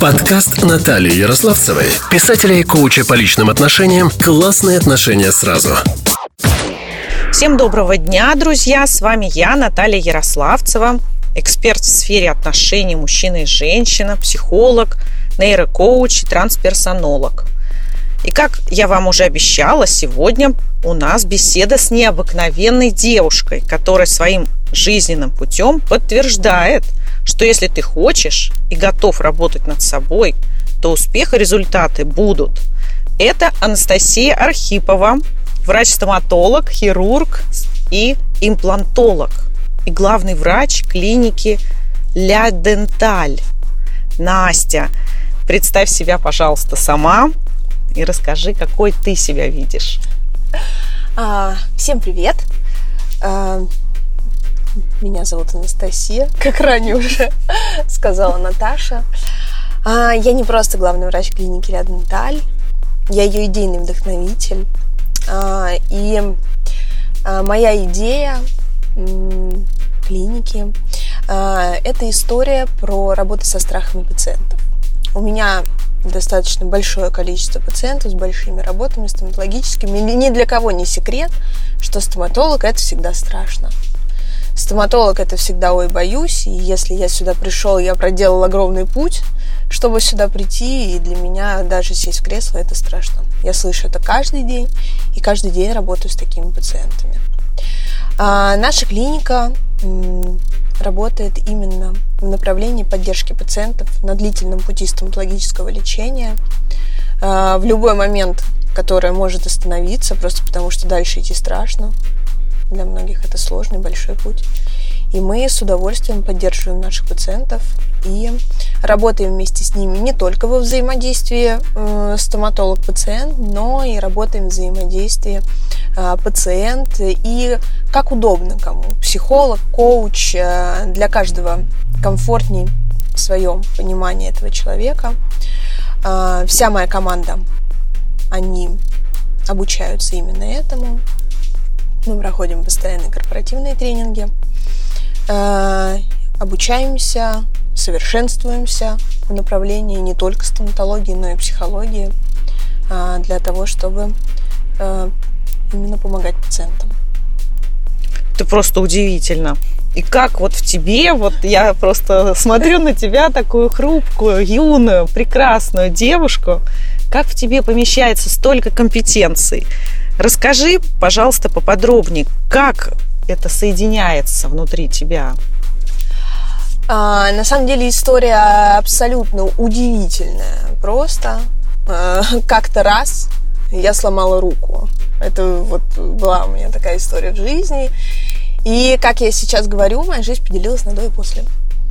Подкаст Натальи Ярославцевой, писателя и коуча по личным отношениям «Классные отношения сразу». Всем доброго дня, друзья! С вами я, Наталья Ярославцева, эксперт в сфере отношений мужчина и женщина, психолог, нейрокоуч и трансперсонолог. И как я вам уже обещала, сегодня у нас беседа с необыкновенной девушкой, которая своим жизненным путем подтверждает, что если ты хочешь и готов работать над собой, то успех и результаты будут. Это Анастасия Архипова, врач-стоматолог, хирург и имплантолог, и главный врач клиники Ля Денталь. Настя, представь себя, пожалуйста, сама и расскажи, какой ты себя видишь. Всем привет! Меня зовут Анастасия, как ранее уже сказала Наташа. Я не просто главный врач клиники Ля Денталь, я ее идейный вдохновитель. И моя идея клиники – это история про работу со страхами пациентов. У меня достаточно большое количество пациентов с большими работами стоматологическими. И ни для кого не секрет, что стоматолог – это всегда страшно. Стоматолог – это всегда «ой, боюсь», и если я сюда пришел, я проделал огромный путь, чтобы сюда прийти, и для меня даже сесть в кресло – это страшно. Я слышу это каждый день, и каждый день работаю с такими пациентами. Наша клиника работает именно в направлении поддержки пациентов на длительном пути стоматологического лечения в любой момент, который может остановиться, просто потому что дальше идти страшно. Для многих это сложный большой путь. И мы с удовольствием поддерживаем наших пациентов и работаем вместе с ними не только во взаимодействии стоматолог-пациент, но и работаем в взаимодействии пациент и как удобно кому. Психолог, коуч, для каждого комфортней в своем понимании этого человека. Вся моя команда, они обучаются именно этому. Мы проходим постоянные корпоративные тренинги, обучаемся, совершенствуемся в направлении не только стоматологии, но и психологии для того, чтобы именно помогать пациентам. Это просто удивительно. И как вот в тебе, вот я просто смотрю на тебя, такую хрупкую, юную, прекрасную девушку, как в тебе помещается столько компетенций. Расскажи, пожалуйста, поподробнее, как это соединяется внутри тебя. На самом деле история абсолютно удивительная. Просто как-то раз я сломала руку. Это вот была у меня такая история в жизни. И, как я сейчас говорю, моя жизнь поделилась на до и после.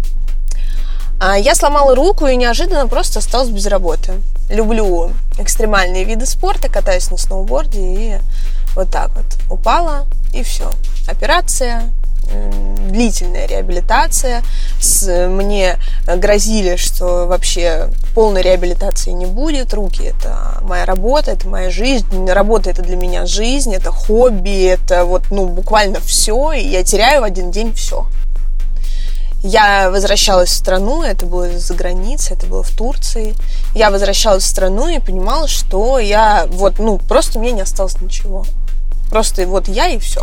Я сломала руку и неожиданно просто осталась без работы. Люблю экстремальные виды спорта, катаюсь на сноуборде и вот так вот упала, и все. Операция, длительная реабилитация. Мне грозили, что вообще полной реабилитации не будет. Руки – это моя работа, это моя жизнь. Работа – это для меня жизнь, это хобби, это вот, буквально все. И я теряю в один день все. Я возвращалась в страну, это было за границей, это было в Турции. Я возвращалась в страну и понимала, что я просто у меня не осталось ничего. Просто вот я и все.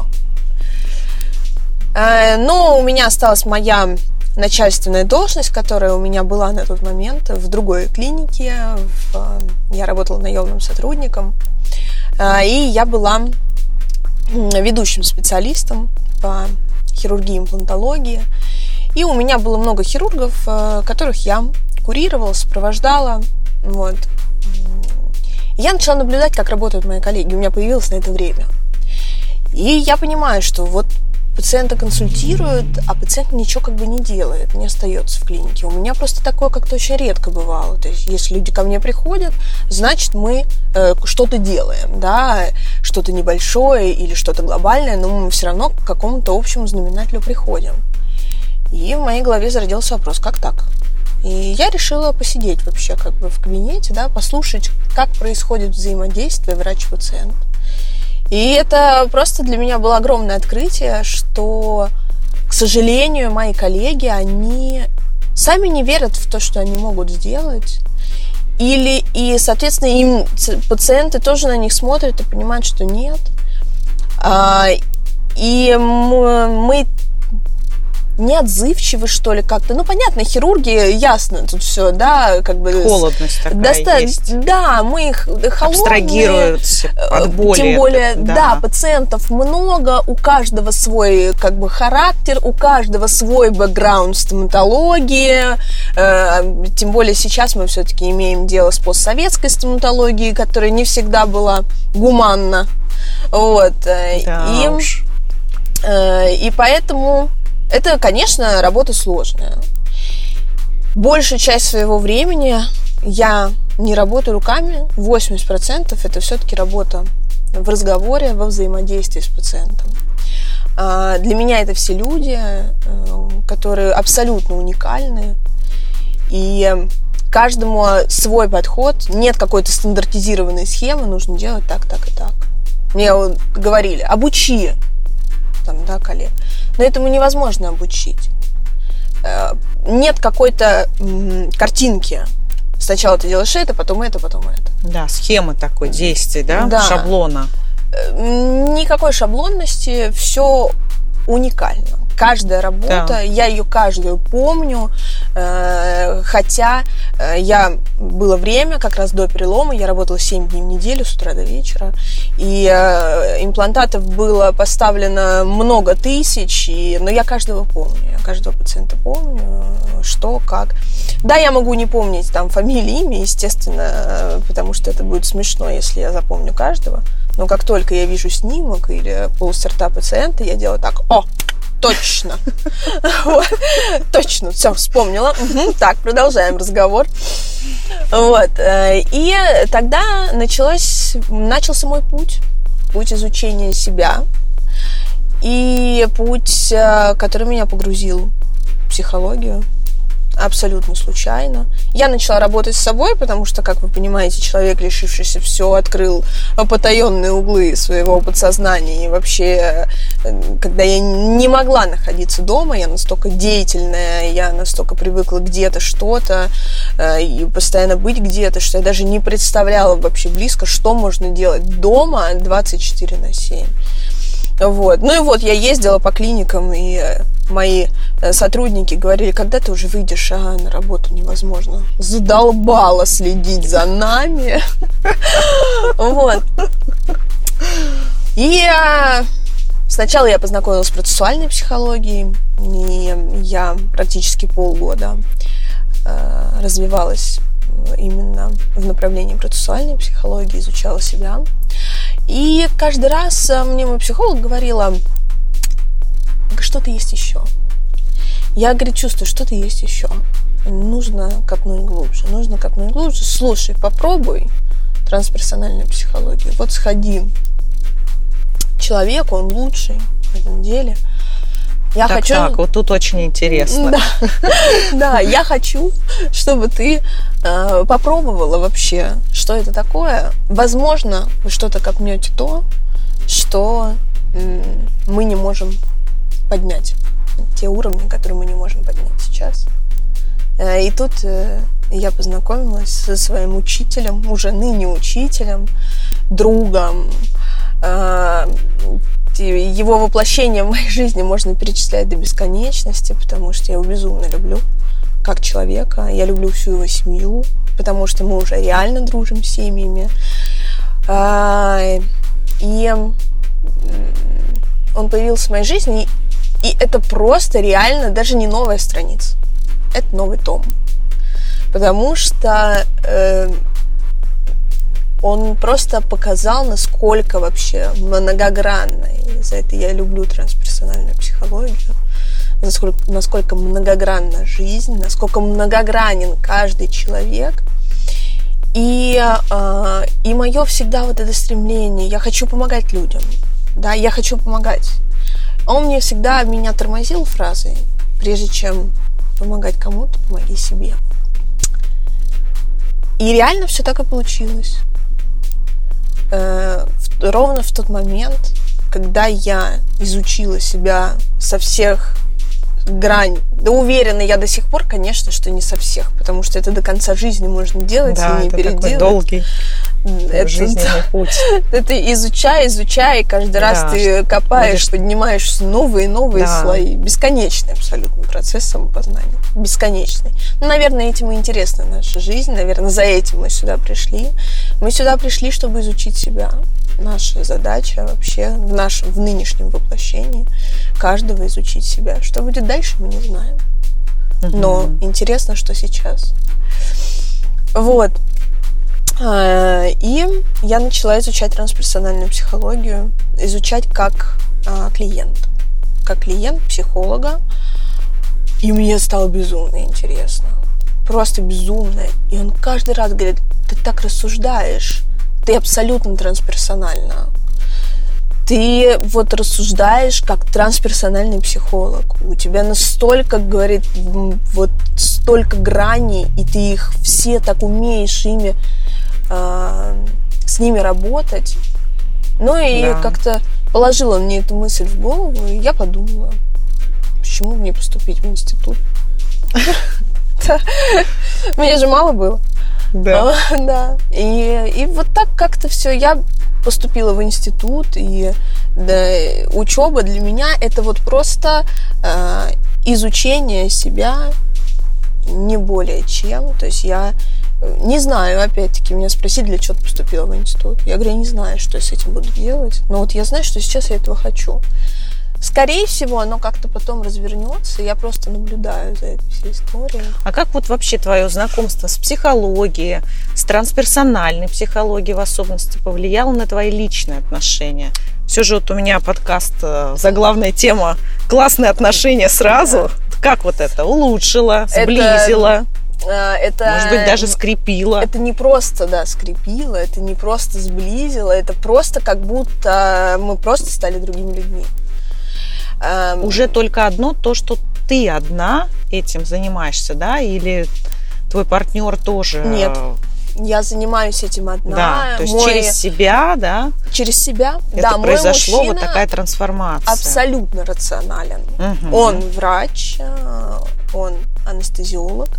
Но у меня осталась моя начальственная должность, которая у меня была на тот момент в другой клинике. Я работала наемным сотрудником. И я была ведущим специалистом по хирургии и имплантологии. И у меня было много хирургов, которых я курировала, сопровождала. Вот. И я начала наблюдать, как работают мои коллеги. У меня появилось на это время. И я понимаю, что вот пациента консультируют, а пациент ничего не делает, не остается в клинике. У меня просто такое как-то очень редко бывало. То есть, если люди ко мне приходят, значит, мы что-то делаем, да, что-то небольшое или что-то глобальное, но мы все равно к какому-то общему знаменателю приходим. И в моей голове зародился вопрос, как так? И я решила посидеть вообще в кабинете, да, послушать, как происходит взаимодействие врач-пациент. И это просто для меня было огромное открытие, что, к сожалению, мои коллеги, они сами не верят в то, что они могут сделать. И, соответственно, им пациенты тоже на них смотрят и понимают, что нет. И мы неотзывчивы, что ли, как-то. Ну, понятно, хирурги, ясно, тут все, да, как бы... Холодность такая есть. Да, мы их холодные. Абстрагируются от боли. Тем более, да, пациентов много, у каждого свой, как бы, характер, у каждого свой бэкграунд в стоматологии. Тем более сейчас мы все-таки имеем дело с постсоветской стоматологией, которая не всегда была гуманна. Вот. Да уж. И поэтому... Это, конечно, работа сложная. Большую часть своего времени я не работаю руками. 80% это все-таки работа в разговоре, во взаимодействии с пациентом. Для меня это все люди, которые абсолютно уникальны. И каждому свой подход. Нет какой-то стандартизированной схемы. Нужно делать так, так и так. Мне говорили, обучи там, да, коллег. Но этому невозможно обучить. Нет какой-то картинки. Сначала ты делаешь это, потом это, потом это. Да, схемы такой действий, да? Шаблона. Никакой шаблонности, все уникально. Каждая работа, я ее каждую помню, хотя было время, как раз до перелома, я работала 7 дней в неделю с утра до вечера, и имплантатов было поставлено много тысяч, но я каждого помню, я каждого пациента помню, что, как. Да, я могу не помнить там фамилии, имя, естественно, потому что это будет смешно, если я запомню каждого, но как только я вижу снимок или полость рта пациента, я делаю так: о! Точно. Точно, все, вспомнила. Так, продолжаем разговор. Вот. И тогда начался мой путь изучения себя. И путь, который меня погрузил в психологию. Абсолютно случайно. Я начала работать с собой, потому что, как вы понимаете, человек, решившийся все, открыл потаенные углы своего подсознания. И вообще, когда я не могла находиться дома, я настолько деятельная, я настолько привыкла где-то что-то и постоянно быть где-то, что я даже не представляла вообще близко, что можно делать дома 24/7. Вот. Ну и вот я ездила по клиникам, и мои сотрудники говорили: когда ты уже выйдешь, на работу невозможно. Задолбало следить за нами. Вот. И сначала я познакомилась с процессуальной психологией, и я практически полгода развивалась именно в направлении процессуальной психологии, изучала себя. И каждый раз мне мой психолог говорила: что-то есть еще. Я, говорит, чувствую, что-то есть еще. Нужно копнуть глубже. Слушай, попробуй трансперсональную психологию. Вот сходи к человеку, он лучший в этом деле. Я хочу... Так, вот тут очень интересно. Да, я хочу, чтобы ты попробовала вообще, что это такое. Возможно, вы что-то копнете то, что мы не можем поднять. Те уровни, которые мы не можем поднять сейчас. И тут я познакомилась со своим учителем, уже ныне учителем, другом. Его воплощение в моей жизни можно перечислять до бесконечности, потому что я его безумно люблю как человека. Я люблю всю его семью, потому что мы уже реально дружим с семьями. И он появился в моей жизни, и это просто реально даже не новая страница. Это новый том. Потому что он просто показал, насколько вообще многогранно, и за это я люблю трансперсональную психологию, насколько многогранна жизнь, насколько многогранен каждый человек. И мое всегда вот это стремление, я хочу помогать людям, да, я хочу помогать. Он мне всегда меня тормозил фразой: прежде чем помогать кому-то, помоги себе. И реально все так и получилось. Ровно в тот момент, когда я изучила себя со всех грань. Да уверена я до сих пор, конечно, что не со всех, потому что это до конца жизни можно делать и не переделать. Такой долгий жизненный путь. Это изучай, и каждый раз ты копаешь, поднимаешь новые и новые слои. Бесконечный абсолютно процесс самопознания. Бесконечный. Ну, наверное, этим и интересна наша жизнь. Наверное, за этим мы сюда пришли. Мы сюда пришли, чтобы изучить себя. Наша задача вообще в нынешнем воплощении каждого изучить себя. Что будет дальше, мы не знаем. Но интересно, что сейчас. Вот. И я начала изучать трансперсональную психологию, изучать как клиент психолога. И мне стало безумно интересно. Просто безумно. И он каждый раз говорит: ты так рассуждаешь, ты абсолютно трансперсонально. Ты вот рассуждаешь как трансперсональный психолог. У тебя настолько, говорит, вот столько граней, и ты их все так умеешь с ними работать. Ну и как-то положил он мне эту мысль в голову, и я подумала, почему мне поступить в институт? Мне же мало было. Да. И вот так как-то все. Я поступила в институт, и учеба для меня это вот просто изучение себя, не более чем. То есть я не знаю, опять-таки, меня спросили, для чего ты поступила в институт. Я говорю, я не знаю, что я с этим буду делать, но вот я знаю, что сейчас я этого хочу. Скорее всего, оно как-то потом развернется, я просто наблюдаю за этой всей историей. А как вот вообще твое знакомство с психологией, с трансперсональной психологией в особенности повлияло на твои личные отношения? Все же вот у меня подкаст, заглавная тема «Классные отношения сразу». Да. Как вот это улучшило, сблизило? Может быть, даже скрепило. Это не просто, скрепило, это не просто сблизило, это просто как будто мы просто стали другими людьми. Уже только одно то, что ты одна этим занимаешься, да? Или твой партнер тоже? Нет, я занимаюсь этим одна. Да, то есть через себя, да? Через себя, это произошло вот такая трансформация. Абсолютно рационален. Он врач, он анестезиолог.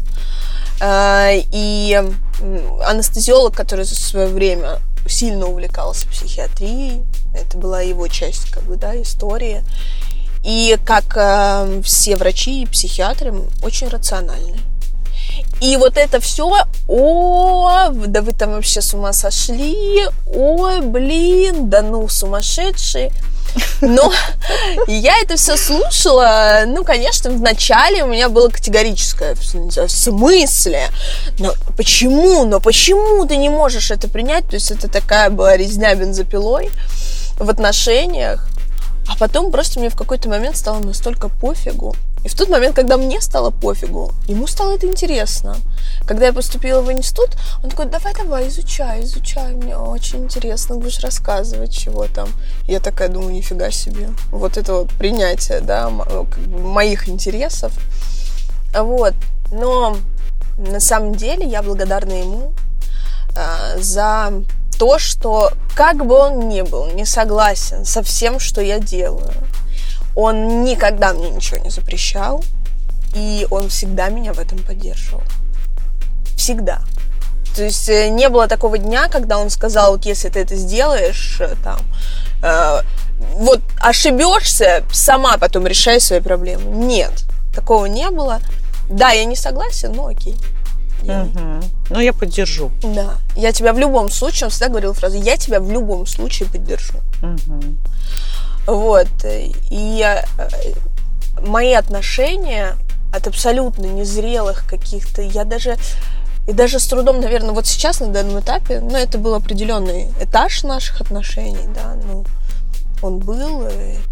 И анестезиолог, который за свое время сильно увлекался психиатрией, это была его часть, истории. И как все врачи и психиатры, очень рациональны. И вот это все, да вы там вообще с ума сошли, да ну сумасшедшие. Но я это все слушала, конечно, вначале у меня было категорическое: в смысле? Но почему ты не можешь это принять? То есть это такая была резня бензопилой в отношениях. А потом просто мне в какой-то момент стало настолько пофигу. И в тот момент, когда мне стало пофигу, ему стало это интересно. Когда я поступила в институт, он такой: давай, изучай, мне очень интересно, будешь рассказывать, чего там. Я такая думаю, нифига себе. Вот это вот принятие, моих интересов. Вот. Но на самом деле я благодарна ему за то, что как бы он ни был не согласен со всем, что я делаю, он никогда мне ничего не запрещал, и он всегда меня в этом поддерживал. Всегда. То есть не было такого дня, когда он сказал: вот если ты это сделаешь, вот ошибешься, сама потом решай свои проблемы. Нет, такого не было. Да, я не согласен, но окей. Ну, я поддержу. Да, я тебя в любом случае, он всегда говорил фразу: я тебя в любом случае поддержу. Вот. И мои отношения от абсолютно незрелых каких-то, я даже с трудом, наверное, вот сейчас на данном этапе, это был определенный этаж наших отношений, он был.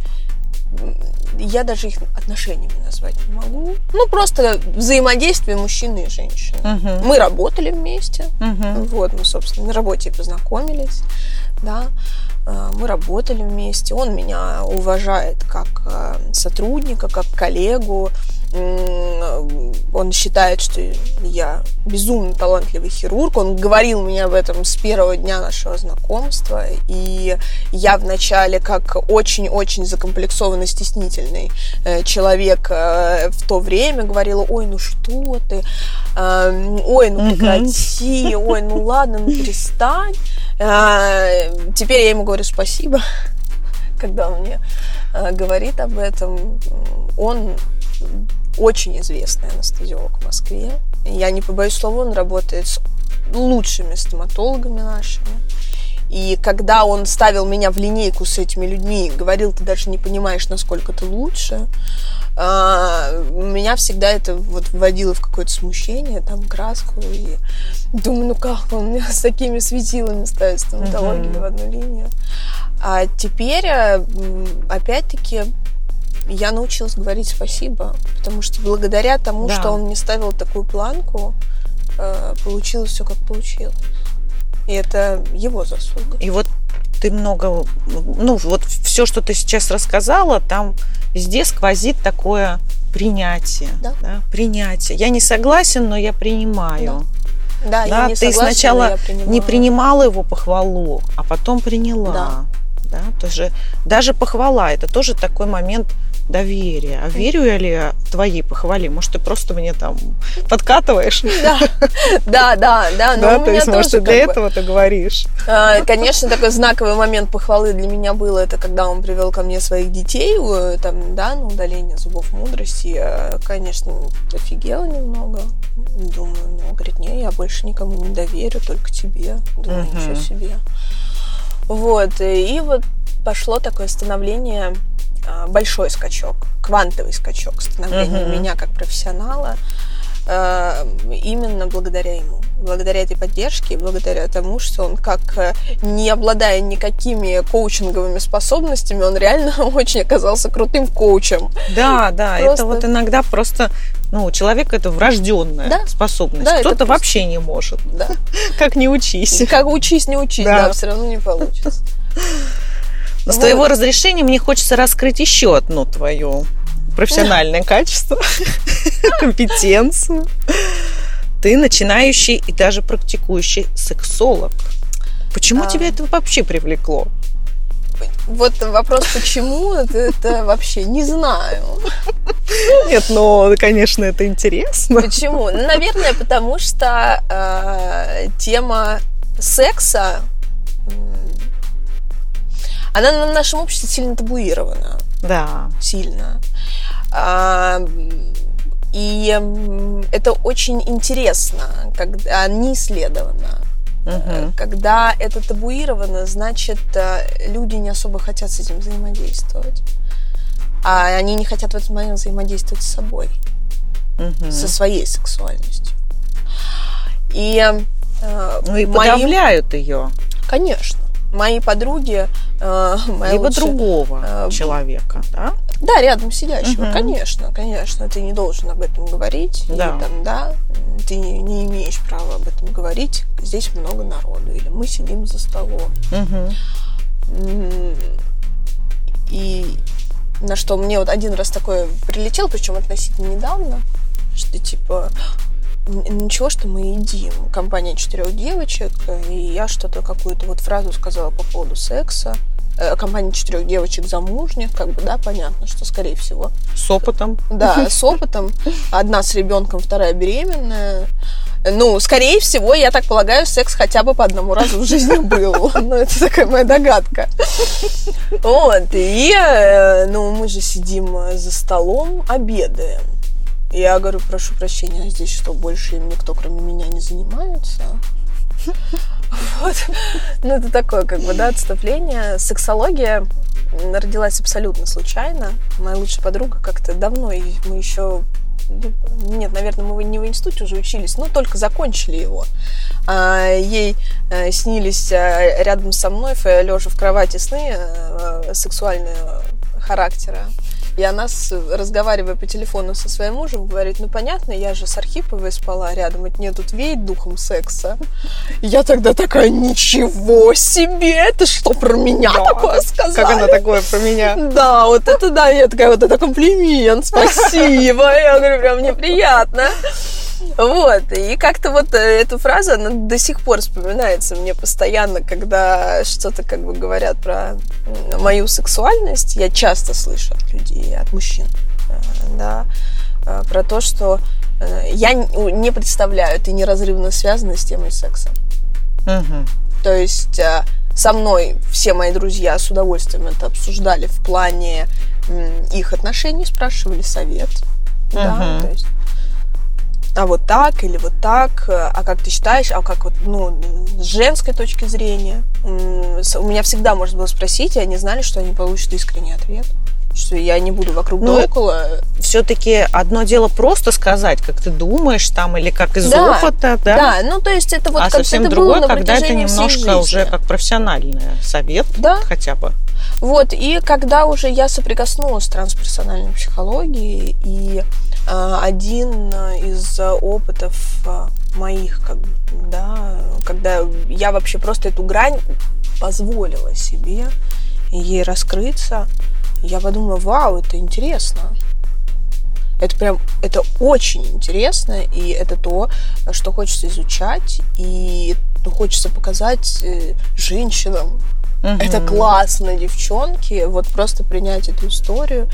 Я даже их отношениями назвать не могу. Просто взаимодействие мужчины и женщины. Мы работали вместе. Вот, мы, собственно, на работе познакомились. Да. Мы работали вместе. Он меня уважает как сотрудника, как коллегу. Он считает, что я безумно талантливый хирург. Он говорил мне об этом с первого дня нашего знакомства. И я вначале, как очень-очень закомплексованно стеснительный человек в то время, говорила: ой, ну что ты, ой, ну прекрати, ой, ну ладно, ну перестань. Теперь я ему говорю спасибо, когда он мне говорит об этом. Он очень известный анестезиолог в Москве. Я не побоюсь слова, он работает с лучшими стоматологами нашими. И когда он ставил меня в линейку с этими людьми, говорил: ты даже не понимаешь, насколько ты лучше, меня всегда это вот вводило в какое-то смущение, там, краску. И думаю, ну как он меня с такими светилами ставит стоматологию в одну линию. А теперь, опять-таки, я научилась говорить спасибо, потому что благодаря тому, что он мне ставил такую планку, получилось все, как получилось. И это его заслуга. И вот ты много... Ну, вот все, что ты сейчас рассказала, там везде сквозит такое принятие. Да. Да? Принятие. Я не согласен, но я принимаю. Да, я не ты согласна, сначала не принимала его похвалу, а потом приняла. Да? Тоже, даже похвала – это тоже такой момент доверия. А верю я ли твоей похвале? Может, ты просто мне там подкатываешь? Да. Да, то есть, может, ты для этого ты говоришь. Конечно, такой знаковый момент похвалы для меня был, это когда он привел ко мне своих детей, там, да, на удаление зубов мудрости. Я, конечно, офигела немного. Думаю, ну, говорит, не, я больше никому не доверю, только тебе. Думаю, ничего себе. Вот, и вот пошло такое становление, большой скачок, квантовый скачок становления меня как профессионала, именно благодаря ему. Благодаря этой поддержке, благодаря тому, что он, как не обладая никакими коучинговыми способностями, он реально очень оказался крутым коучем. Да, это вот иногда просто, у человека это врожденная способность. Да, кто-то вообще не может. Да. Как не учись. Как учись, не учись, да, все равно не получится. Но с твоего разрешения мне хочется раскрыть еще одно твое профессиональное качество, компетенцию. Ты начинающий и даже практикующий сексолог. Почему тебя это вообще привлекло? Вот вопрос, почему, это вообще не знаю. Нет, конечно, это интересно. Почему? Наверное, потому что тема секса, она в нашем обществе сильно табуирована. Да. Сильно. И это очень интересно, когда не исследовано. Когда это табуировано, значит, люди не особо хотят с этим взаимодействовать. А они не хотят в этот момент взаимодействовать с собой, со своей сексуальностью. И подавляют ее. Конечно. Мои подруги... Либо другого человека, да? Да, рядом сидящего, конечно. Ты не должен об этом говорить. Да. Ты не имеешь права об этом говорить. Здесь много народу. Или мы сидим за столом. И на что мне вот один раз такое прилетело, причем относительно недавно, что типа... Ничего, что мы едим. Компания 4 девочек, и я что-то, какую-то вот фразу сказала по поводу секса. Компания 4 девочек замужних, понятно, что, скорее всего... С опытом. Да, с опытом. Одна с ребенком, вторая беременная. Скорее всего, я так полагаю, секс хотя бы по одному разу в жизни был. Это такая моя догадка. Вот, и мы же сидим за столом, обедаем. Я говорю, прошу прощения, а здесь что, больше им никто, кроме меня, не занимается? Вот. Это такое, отступление. Сексология родилась абсолютно случайно. Моя лучшая подруга как-то давно, мы еще... Нет, наверное, мы не в институте уже учились, но только закончили его. Ей снились рядом со мной, лежа в кровати, сны сексуального характера. И она, разговаривая по телефону со своим мужем, говорит: ну, понятно, я же с Архиповой спала рядом, от нее тут веет духом секса. И я тогда такая: ничего себе, это что, про меня такое сказали? Как она такое про меня? Да, вот это да, я такая: вот это комплимент, спасибо. Я говорю, прям мне приятно. Вот, и как-то вот эту фразу, она до сих пор вспоминается мне постоянно, когда что-то как бы говорят про мою сексуальность. Я часто слышу от людей, от мужчин, да, про то, что я не представляю, это неразрывно связано с темой секса. Угу. То есть со мной все мои друзья с удовольствием это обсуждали в плане их отношений, спрашивали совет, да, то есть: а вот так или вот так, а как ты считаешь, а как вот, ну, с женской точки зрения. У меня всегда можно было спросить, и они знали, что они получат искренний ответ, что я не буду вокруг да около. Все-таки одно дело просто сказать, как ты думаешь там, или как из опыта, да? Да, ну то есть это вот как совсем это другое, было когда это немножко уже как профессиональный совет, да? Хотя бы. Вот, и когда уже я соприкоснулась с трансперсональной психологией, и один из опытов моих, да, когда я вообще просто эту грань позволила себе ей раскрыться, я подумала: вау, это интересно. Это прям, это очень интересно, и это то, что хочется изучать, и хочется показать женщинам. Это классно, девчонки, вот просто принять эту историю.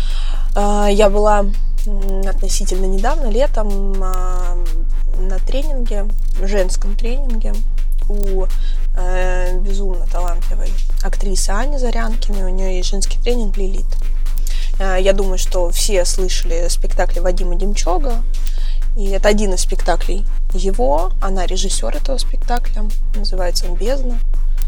Я была относительно недавно, летом, на тренинге, женском тренинге у безумно талантливой актрисы Ани Зарянкиной. У нее есть женский тренинг «Лилит». Я думаю, что все слышали спектакли Вадима Демчога. И это один из спектаклей его. Она режиссер этого спектакля. Называется он «Бездна».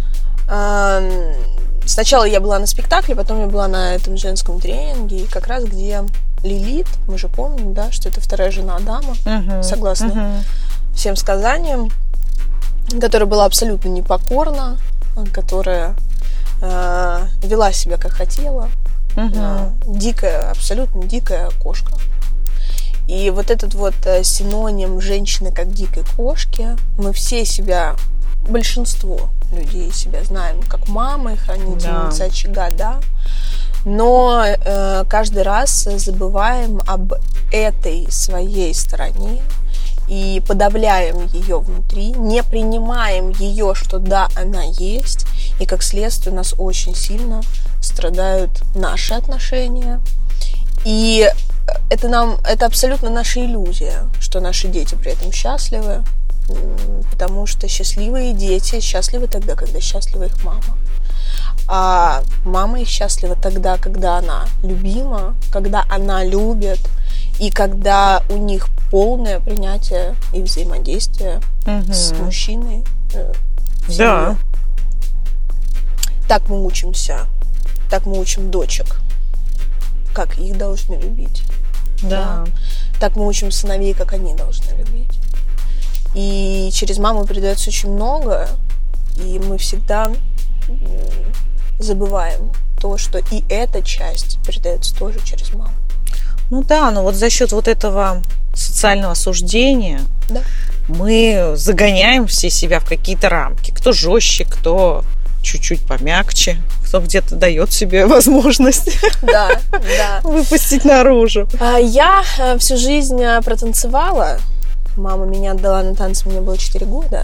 Сначала я была на спектакле, потом я была на этом женском тренинге, как раз где Лилит, мы же помним, да, что это вторая жена Адама, согласно всем сказаниям, которая была абсолютно непокорна, которая вела себя как хотела, дикая, абсолютно дикая кошка. И вот этот вот синоним женщины как дикой кошки, мы все себя, большинство людей себя знаем как мамы, хранительницы очага, да, но каждый раз забываем об этой своей стороне и подавляем ее внутри, не принимаем ее, что да, она есть, и как следствие у нас очень сильно страдают наши отношения. И это абсолютно наша иллюзия, что наши дети при этом счастливы, потому что счастливые дети счастливы тогда, когда счастлива их мама. А мама их счастлива тогда, когда она любима, когда она любит, и когда у них полное принятие и взаимодействие с мужчиной. Да. Так мы учимся, так мы учим дочек, как их должны любить. Да. Так мы учим сыновей, как они должны любить. И через маму передается очень много, и мы всегда забываем то, что и эта часть передается тоже через маму. Ну да, но вот за счет вот этого социального осуждения мы загоняем все себя в какие-то рамки. Кто жестче, кто чуть-чуть помягче, кто где-то дает себе возможность выпустить наружу. Я всю жизнь протанцевала. Мама меня отдала на танцы, мне было 4 года.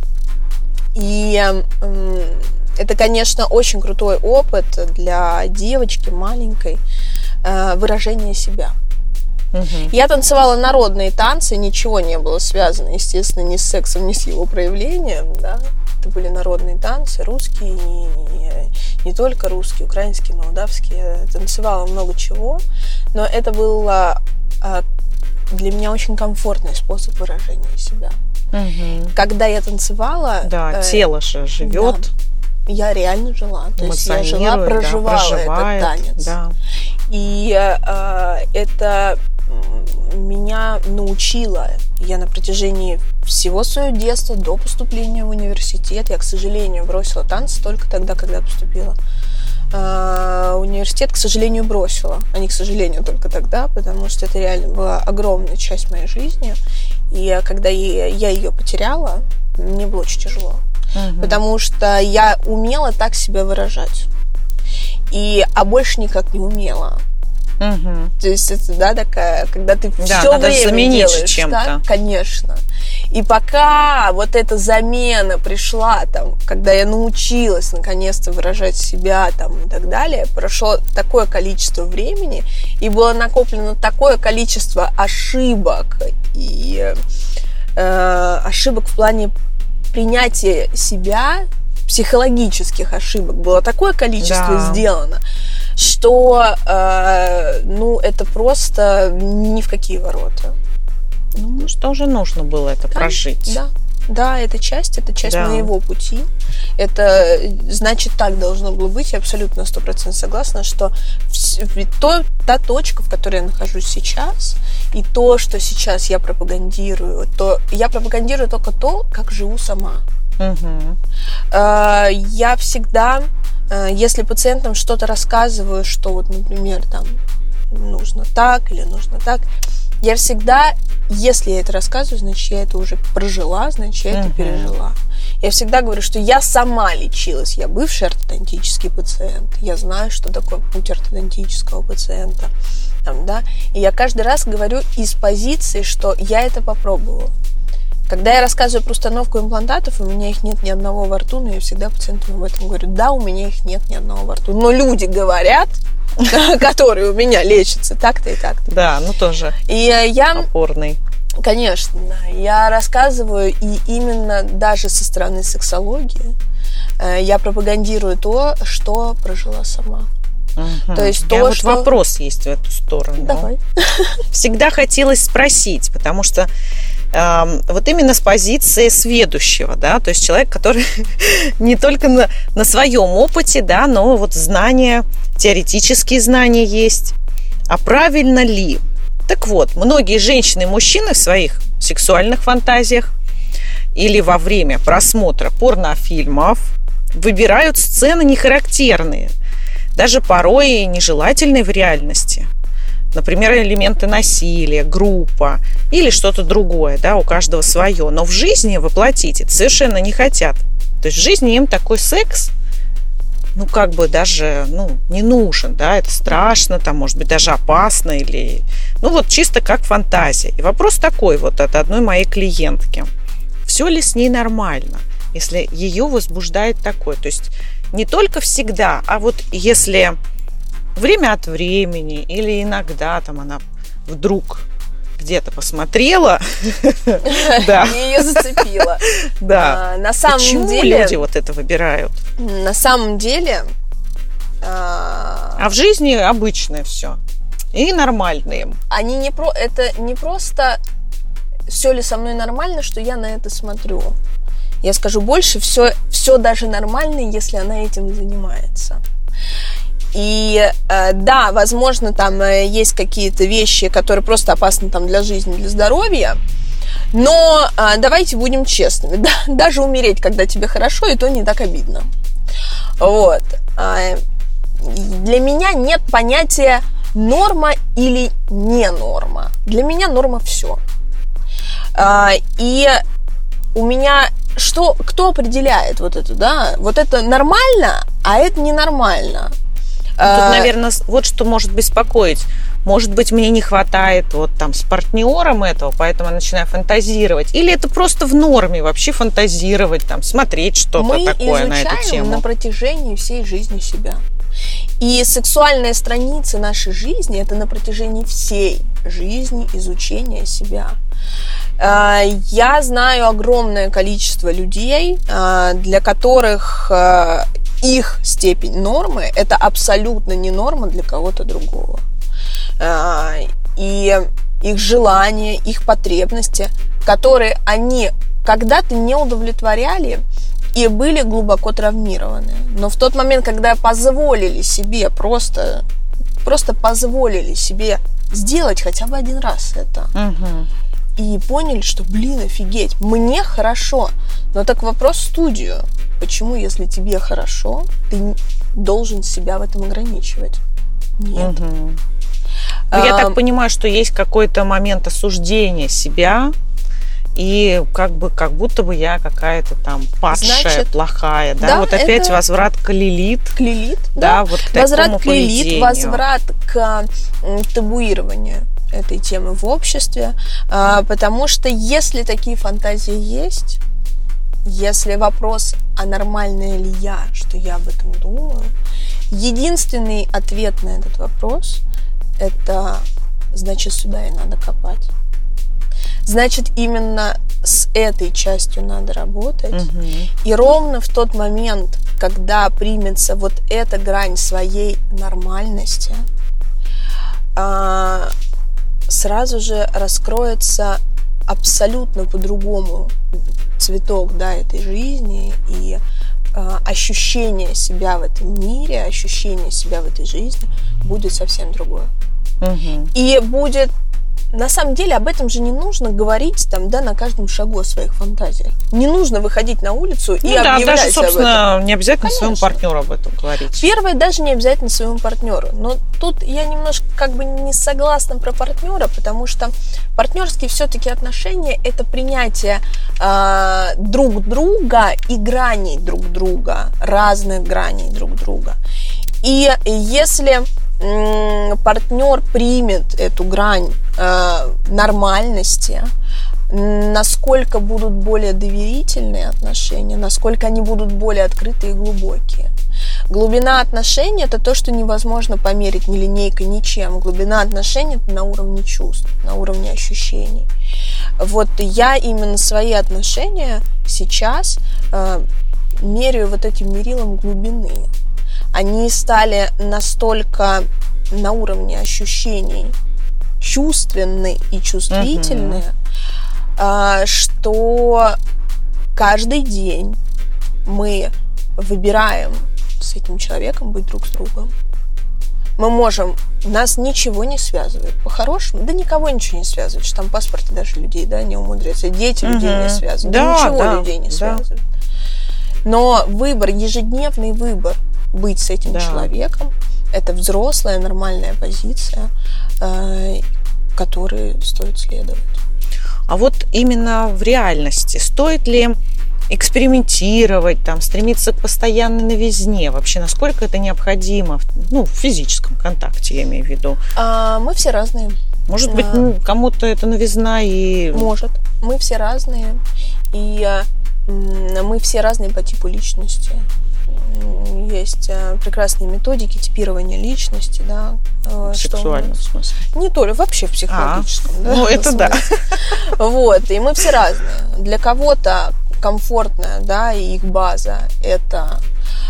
И это, конечно, очень крутой опыт для девочки маленькой, выражение себя. Я танцевала народные танцы, ничего не было связано, естественно, ни с сексом, ни с его проявлением. Да? Это были народные танцы, русские, не только русские, украинские, молдавские. Я танцевала много чего, но это было для меня очень комфортный способ выражения себя. Когда я танцевала... Да, тело же живет. Да, я реально жила. То есть я жила, проживала этот танец. Да. И это меня научило. Я на протяжении всего своего детства, до поступления в университет, я, к сожалению, бросила танцы только тогда, когда поступила университет, к сожалению, бросила. А не к сожалению только тогда, потому что это реально была огромная часть моей жизни. И когда я ее потеряла, мне было очень тяжело. Потому что я умела так себя выражать. А больше никак не умела. То есть это, да, такая, когда ты все время делаешь чем-то. Так, конечно. И пока вот эта замена пришла, там, когда я научилась наконец-то выражать себя там, и так далее, прошло такое количество времени, и было накоплено такое количество ошибок, и ошибок в плане принятия себя, психологических ошибок было такое количество сделано, что это просто ни в какие ворота. Ну, что же нужно было это прожить? Да, это часть моего пути. Это, значит, так должно было быть. Я абсолютно 100% согласна, что та точка, в которой я нахожусь сейчас, и то, что сейчас я пропагандирую, я пропагандирую только то, как живу сама. Я всегда, если пациентам что-то рассказываю, что вот, например, там нужно так или нужно так, я всегда, если я это рассказываю, значит, я это уже прожила, значит, я это пережила. Я всегда говорю, что я сама лечилась, я бывший ортодонтический пациент, я знаю, что такое путь ортодонтического пациента. И я каждый раз говорю из позиции, что я это попробовала. Когда я рассказываю про установку имплантатов, у меня их нет ни одного во рту, но я всегда пациентам об этом говорю. Да, у меня их нет ни одного во рту, но люди говорят, которые у меня лечатся так-то и так-то. Да, тоже опорный. Конечно, я рассказываю, и именно даже со стороны сексологии я пропагандирую то, что прожила сама. То есть вопрос есть в эту сторону. Давай. Всегда хотелось спросить, потому что вот именно с позиции сведущего, да, то есть человек, который не только на своем опыте, да, но вот знания, теоретические знания есть. А правильно ли? Так вот, многие женщины и мужчины в своих сексуальных фантазиях или во время просмотра порнофильмов выбирают сцены нехарактерные, даже порой нежелательные в реальности. Например, элементы насилия, группа или что-то другое, да, у каждого свое. Но в жизни воплотить это совершенно не хотят. То есть в жизни им такой секс, даже, не нужен, да, это страшно, там, может быть, даже опасно или, чисто как фантазия. И вопрос такой вот от одной моей клиентки. Все ли с ней нормально, если ее возбуждает такое? То есть не только всегда, а вот если время от времени или иногда там она вдруг где-то посмотрела, ее зацепило. Да. На самом деле, почему люди вот это выбирают? На самом деле, а в жизни обычное все и нормальные. Это не просто все ли со мной нормально, что я на это смотрю. Я скажу больше, все даже нормально, если она этим занимается. И да, возможно, там есть какие-то вещи, которые просто опасны там для жизни, для здоровья. Но давайте будем честными. Да, даже умереть, когда тебе хорошо, и то не так обидно. Вот. Для меня нет понятия норма или не норма. Для меня норма все. И у меня кто определяет вот это, да? Вот это нормально, а это ненормально. Тут, наверное, вот что может беспокоить. Может быть, мне не хватает вот там с партнером этого, поэтому я начинаю фантазировать. Или это просто в норме вообще фантазировать, там, смотреть что-то такое на эту тему. Мы изучаем на протяжении всей жизни себя. И сексуальная страница нашей жизни – это на протяжении всей жизни изучения себя. Я знаю огромное количество людей, для которых их степень нормы – это абсолютно не норма для кого-то другого. И их желания, их потребности, которые они когда-то не удовлетворяли и были глубоко травмированы. Но в тот момент, когда позволили себе, просто позволили себе сделать хотя бы один раз это, и поняли, что, офигеть, мне хорошо. Но так вопрос в студию. Почему, если тебе хорошо, ты должен себя в этом ограничивать. Нет. Я так понимаю, что есть какой-то момент осуждения себя, и как будто бы я какая-то там падшая, значит, плохая, да? Да, вот опять это... возврат к Лилит. К Лилит, да. Вот к возврат к Лилит, возврат к табуированию этой темы в обществе, потому что если такие фантазии есть, если вопрос, а нормальная ли я, что я об этом думаю, единственный ответ на этот вопрос – это значит, сюда и надо копать. Значит, именно с этой частью надо работать. И ровно в тот момент, когда примется вот эта грань своей нормальности, сразу же раскроется абсолютно по-другому цветок, да, этой жизни, и ощущение себя в этом мире, ощущение себя в этой жизни будет совсем другое. И будет, на самом деле, об этом же не нужно говорить там, да, на каждом шагу о своих фантазиях. Не нужно выходить на улицу и объявлять даже, собственно, об этом. Не обязательно Конечно. своему партнеру об этом говорить. Первое, даже не обязательно своему партнеру. Но тут я немножко как бы не согласна про партнера, потому что партнерские все-таки отношения – это принятие друг друга и граней друг друга, разных граней друг друга. И если партнер примет эту грань нормальности, насколько будут более доверительные отношения, насколько они будут более открытые и глубокие. Глубина отношений – это то, что невозможно померить ни линейкой, ничем. Глубина отношений – это на уровне чувств, на уровне ощущений. Вот я именно свои отношения сейчас меряю вот этим мерилом глубины. Они стали настолько на уровне ощущений чувственные и чувствительные, что каждый день мы выбираем с этим человеком быть друг с другом. Мы можем, нас ничего не связывает. По-хорошему, да никого ничего не связывает. Что там паспорты даже людей, да, не умудряются. Дети людей не связывают. Да, ничего людей не связывает. Но выбор, ежедневный выбор быть с этим человеком, это взрослая, нормальная позиция, которой стоит следовать. А вот именно в реальности стоит ли экспериментировать, там, стремиться к постоянной новизне? Вообще, насколько это необходимо в физическом контакте, я имею в виду? Мы все разные. Может быть, кому-то это новизна и... Может. Мы все разные. И мы все разные по типу личности. Есть прекрасные методики типирования личности, да. В сексуальном смысле? Не только, вообще в психологическом. Да, ну, это да. Вот, и мы все разные. Для кого-то комфортная, да, и их база – это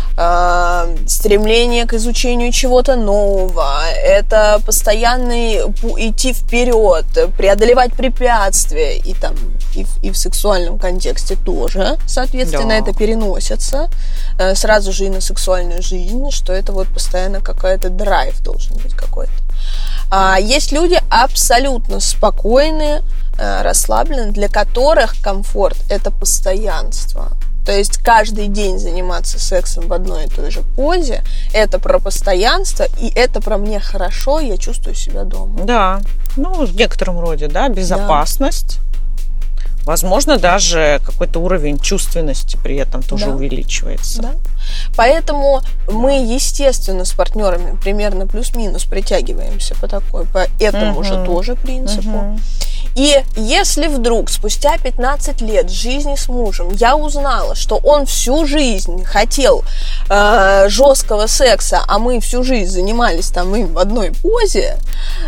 стремление к изучению чего-то нового, это постоянный идти вперед, преодолевать препятствия, и там и в сексуальном контексте тоже, соответственно, это переносится сразу же и на сексуальную жизнь, что это вот постоянно какой-то драйв должен быть какой-то. А есть люди абсолютно спокойные, расслабленные, для которых комфорт – это постоянство. То есть каждый день заниматься сексом в одной и той же позе – это про постоянство, и это про «мне хорошо, я чувствую себя дома». Да, в некотором роде, да, безопасность. Да. Возможно, даже какой-то уровень чувственности при этом тоже увеличивается. Да. Поэтому мы, естественно, с партнерами примерно плюс-минус притягиваемся по этому же тоже принципу. И если вдруг спустя 15 лет жизни с мужем я узнала, что он всю жизнь хотел жесткого секса, а мы всю жизнь занимались там им в одной позе,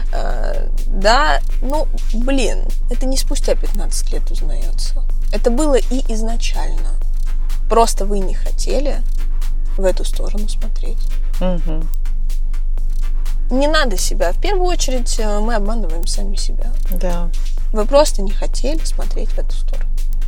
это не спустя 15 лет узнается. Это было и изначально. Просто вы не хотели в эту сторону смотреть. Не надо себя. В первую очередь мы обманываем сами себя. Да. Вы просто не хотели смотреть в эту сторону.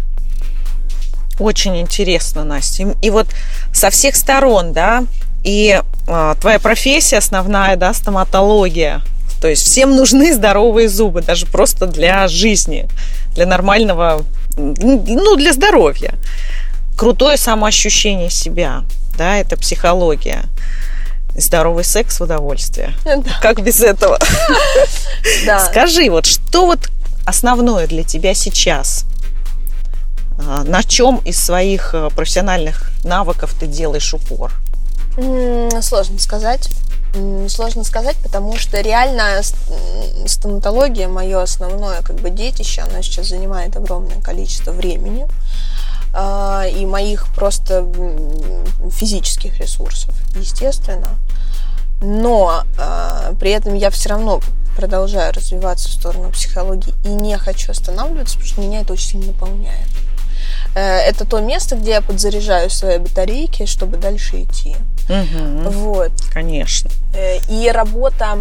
Очень интересно, Настя. И вот со всех сторон, да, и твоя профессия основная, да, стоматология. То есть всем нужны здоровые зубы, даже просто для жизни, для нормального, для здоровья. Крутое самоощущение себя, да, это психология. Здоровый секс в удовольствие. Да. Как без этого? Да. Скажи, вот что вот основное для тебя сейчас? На чем из своих профессиональных навыков ты делаешь упор? Сложно сказать. Сложно сказать, потому что реально стоматология, мое основное детище, она сейчас занимает огромное количество времени и моих просто физических ресурсов, естественно. Но при этом я все равно продолжаю развиваться в сторону психологии и не хочу останавливаться, потому что меня это очень сильно наполняет. Это то место, где я подзаряжаю свои батарейки, чтобы дальше идти. Угу. Вот. Конечно. И работа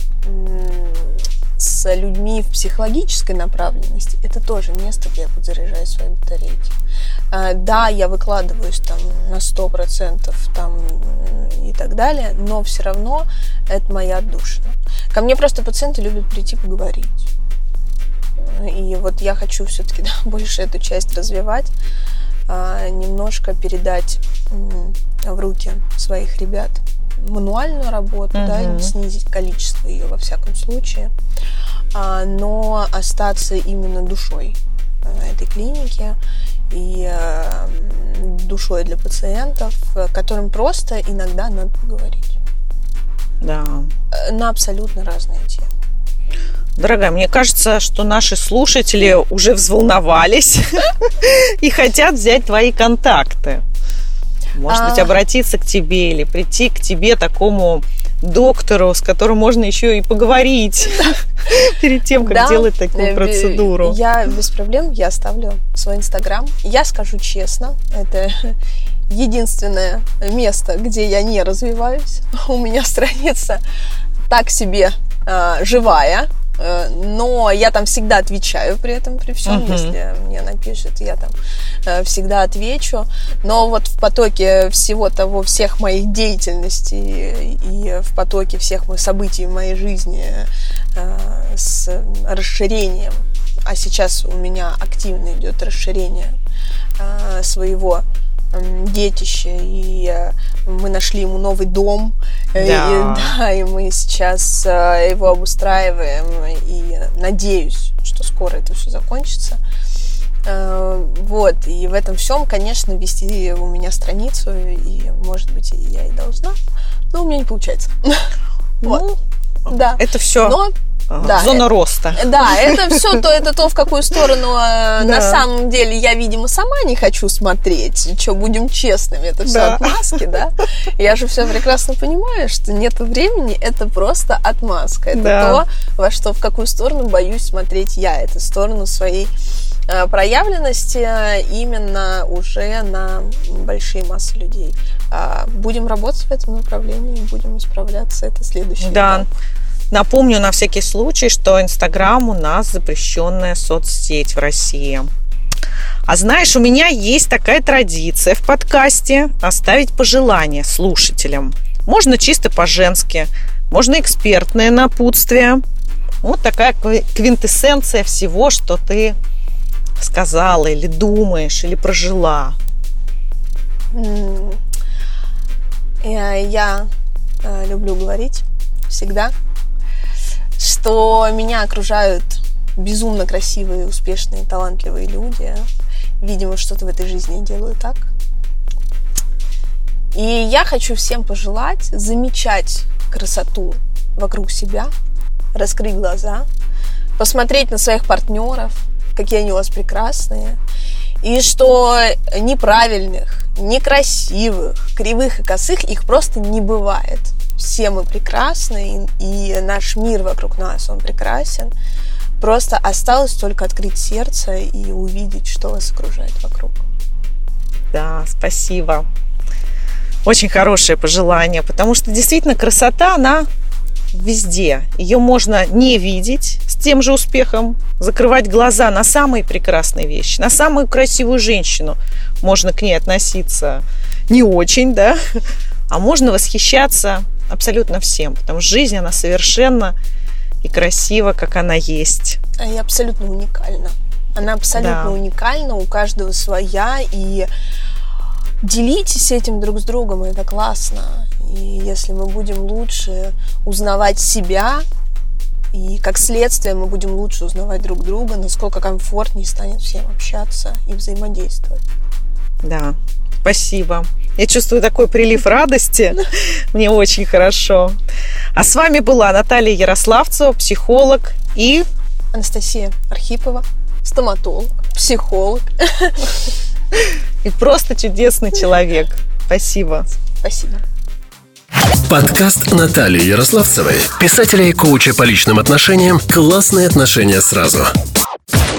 с людьми в психологической направленности – это тоже место, где я подзаряжаю свои батарейки. Да, я выкладываюсь там на 100% там, и так далее, но все равно это моя отдушина. Ко мне просто пациенты любят прийти поговорить. И вот я хочу все-таки больше эту часть развивать, немножко передать в руки своих ребят мануальную работу, да, не снизить количество ее во всяком случае, но остаться именно душой этой клиники и душой для пациентов, которым просто иногда надо поговорить. Да. На абсолютно разные темы. Дорогая, мне кажется, что наши слушатели уже взволновались и хотят взять твои контакты. Может быть, обратиться к тебе или прийти к тебе, такому доктору, с которым можно еще и поговорить перед тем, как делать такую процедуру. Я без проблем, я оставлю свой Инстаграм. Я скажу честно, это единственное место, где я не развиваюсь. У меня страница так себе живая, но я там всегда отвечаю при этом, при всем. Если мне напишут, я там всегда отвечу. Но вот в потоке всех моих деятельностей и в потоке всех моих событий в моей жизни с расширением, а сейчас у меня активно идет расширение своего детище, и мы нашли ему новый дом, и мы сейчас его обустраиваем, и надеюсь, что скоро это все закончится. Вот, и в этом всем, конечно, вести у меня страницу, и, может быть, я и должна, но у меня не получается. Вот. Да. Это все зона роста. Да, это все это то, в какую сторону на самом деле я, видимо, сама не хочу смотреть. Что, будем честными, это все отмазки, да? Я же все прекрасно понимаю, что нет времени, это просто отмазка. Это то, в какую сторону боюсь смотреть я. Это в сторону своей проявленности именно уже на большие массы людей. Будем работать в этом направлении, будем исправляться. Это следующий этап. Напомню на всякий случай, что Инстаграм у нас запрещенная соцсеть в России. А знаешь, у меня есть такая традиция в подкасте оставить пожелания слушателям. Можно чисто по-женски, можно экспертное напутствие. Вот такая квинтэссенция всего, что ты сказала или думаешь, или прожила. Я люблю говорить всегда, что меня окружают безумно красивые, успешные, талантливые люди. Видимо, что-то в этой жизни делаю так. И я хочу всем пожелать замечать красоту вокруг себя, раскрыть глаза, посмотреть на своих партнеров, какие они у вас прекрасные, и что неправильных, некрасивых, кривых и косых их просто не бывает. Все мы прекрасны, и наш мир вокруг нас, он прекрасен. Просто осталось только открыть сердце и увидеть, что вас окружает вокруг. Да, спасибо. Очень хорошее пожелание, потому что действительно красота, она везде. Ее можно не видеть с тем же успехом, закрывать глаза на самые прекрасные вещи, на самую красивую женщину. Можно к ней относиться не очень, да, а можно восхищаться абсолютно всем, потому что жизнь, она совершенна и красива, как она есть. И абсолютно уникальна. Она абсолютно уникальна, у каждого своя, и Делитесь этим друг с другом, это классно. И если мы будем лучше узнавать себя, и как следствие мы будем лучше узнавать друг друга, насколько комфортнее станет всем общаться и взаимодействовать. Да, спасибо. Я чувствую такой прилив радости. Мне очень хорошо. А с вами была Наталья Ярославцева, психолог, и Анастасия Архипова, стоматолог, психолог. И просто чудесный человек. Спасибо. Спасибо. Подкаст Натальи Ярославцевой, писателя и коуча по личным отношениям «Классные отношения сразу».